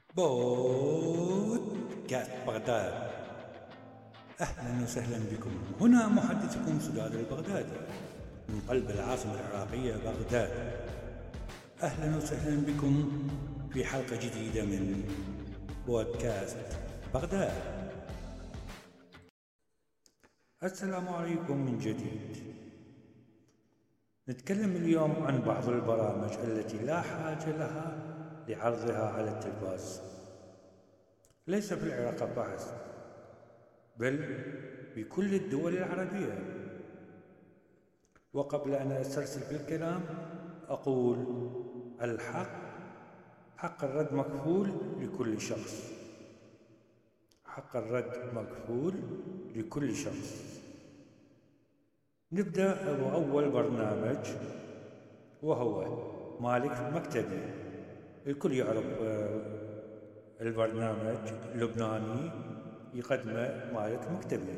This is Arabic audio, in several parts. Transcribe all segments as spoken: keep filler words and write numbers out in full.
بودكاست بغداد. أهلا وسهلا بكم. هنا محدثكم سداد البغدادي من قلب العاصمة العراقية بغداد. أهلا وسهلا بكم في حلقة جديدة من بودكاست بغداد. السلام عليكم من جديد. نتكلم اليوم عن بعض البرامج التي لا حاجة لها لعرضها على التلفاز، ليس في العراق فحسب بل في كل الدول العربية. وقبل أن أسترسل في الكلام أقول الحق حق الرد مكفول لكل شخص. حق الرد مكفول لكل شخص. نبدأ بأول برنامج وهو مالك مكتبي. الكل يعرف البرنامج اللبناني يقدمه مالك مكتبي.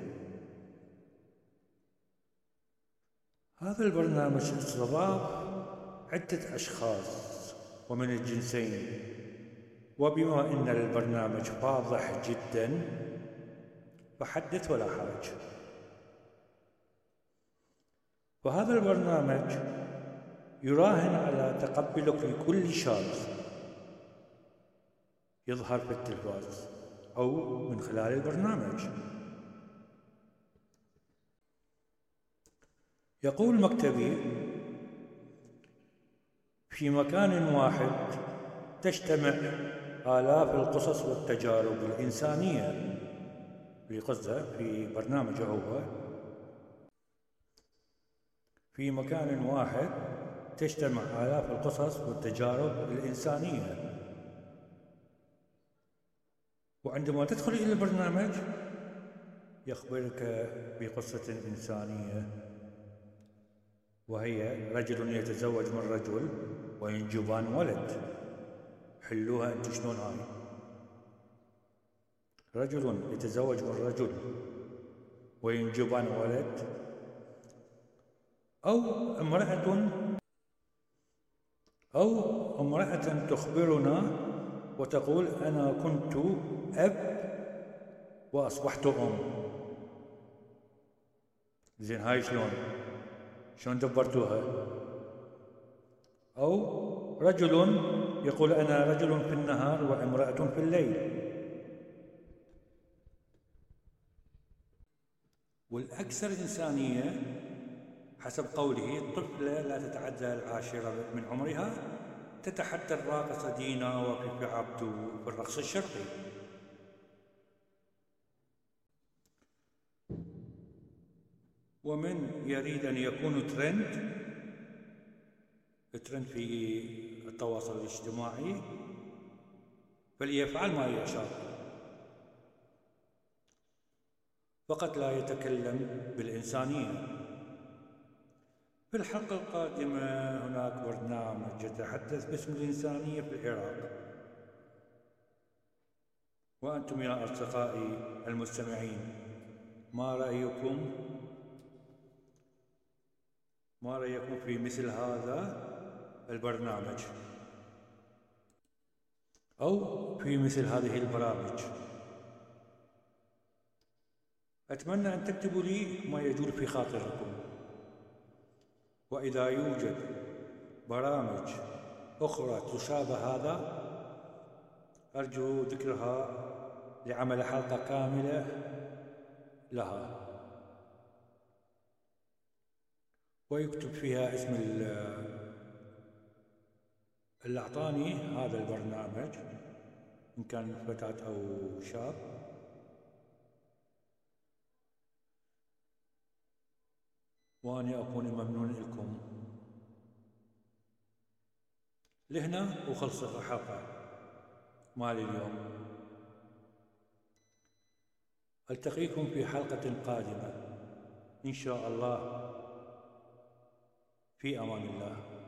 هذا البرنامج استضاف عدة أشخاص ومن الجنسين، وبما أن البرنامج واضح جدا فحدث ولا حرج. وهذا البرنامج يراهن على تقبلك لكل شخص يظهر في التلفاز أو من خلال البرنامج. يقول مكتبي: في مكان واحد تجتمع آلاف القصص والتجارب الإنسانية. في قصة في برنامجه هو في مكان واحد تجتمع آلاف القصص والتجارب الإنسانية. وعندما تدخل إلى البرنامج يخبرك بقصة إنسانية، وهي رجل يتزوج من رجل وينجبان ولد. حلوها أنتم شلون هاي؟ رجل يتزوج من رجل وينجبان ولد، أو امرأة أو امرأة تخبرنا وتقول: أنا كنت أب وأصبحت أم. زين، هاي شلون؟ شلون دبرتوها؟ أو رجل يقول: أنا رجل في النهار وامرأة في الليل. والأكثر إنسانية حسب قوله: الطفلة لا تتعدى العاشرة من عمرها تتحدى الراقصة دينا وكيف عبدو في الرقص الشرقي. ومن يريد أن يكون ترند ترند في التواصل الاجتماعي فليفعل ما يشاء، فقط لا يتكلم بالإنسانية. في الحلقة القادمة هناك برنامج يتحدث باسم الإنسانية في العراق. وأنتم يا أصدقائي المستمعين، ما رأيكم ما رأيكم في مثل هذا البرنامج أو في مثل هذه البرامج؟ أتمنى أن تكتبوا لي ما يجول في خاطركم. وإذا يوجد برامج أخرى تشابه هذا أرجو ذكرها لعمل حلقة كاملة لها، ويكتب فيها اسم اللي أعطاني هذا البرنامج إن كان فتاة أو شاب، وأنا أكون ممنون لكم. لهنا وخلصت الحلقة مالي اليوم. ألتقيكم في حلقة قادمة إن شاء الله. في أمان الله.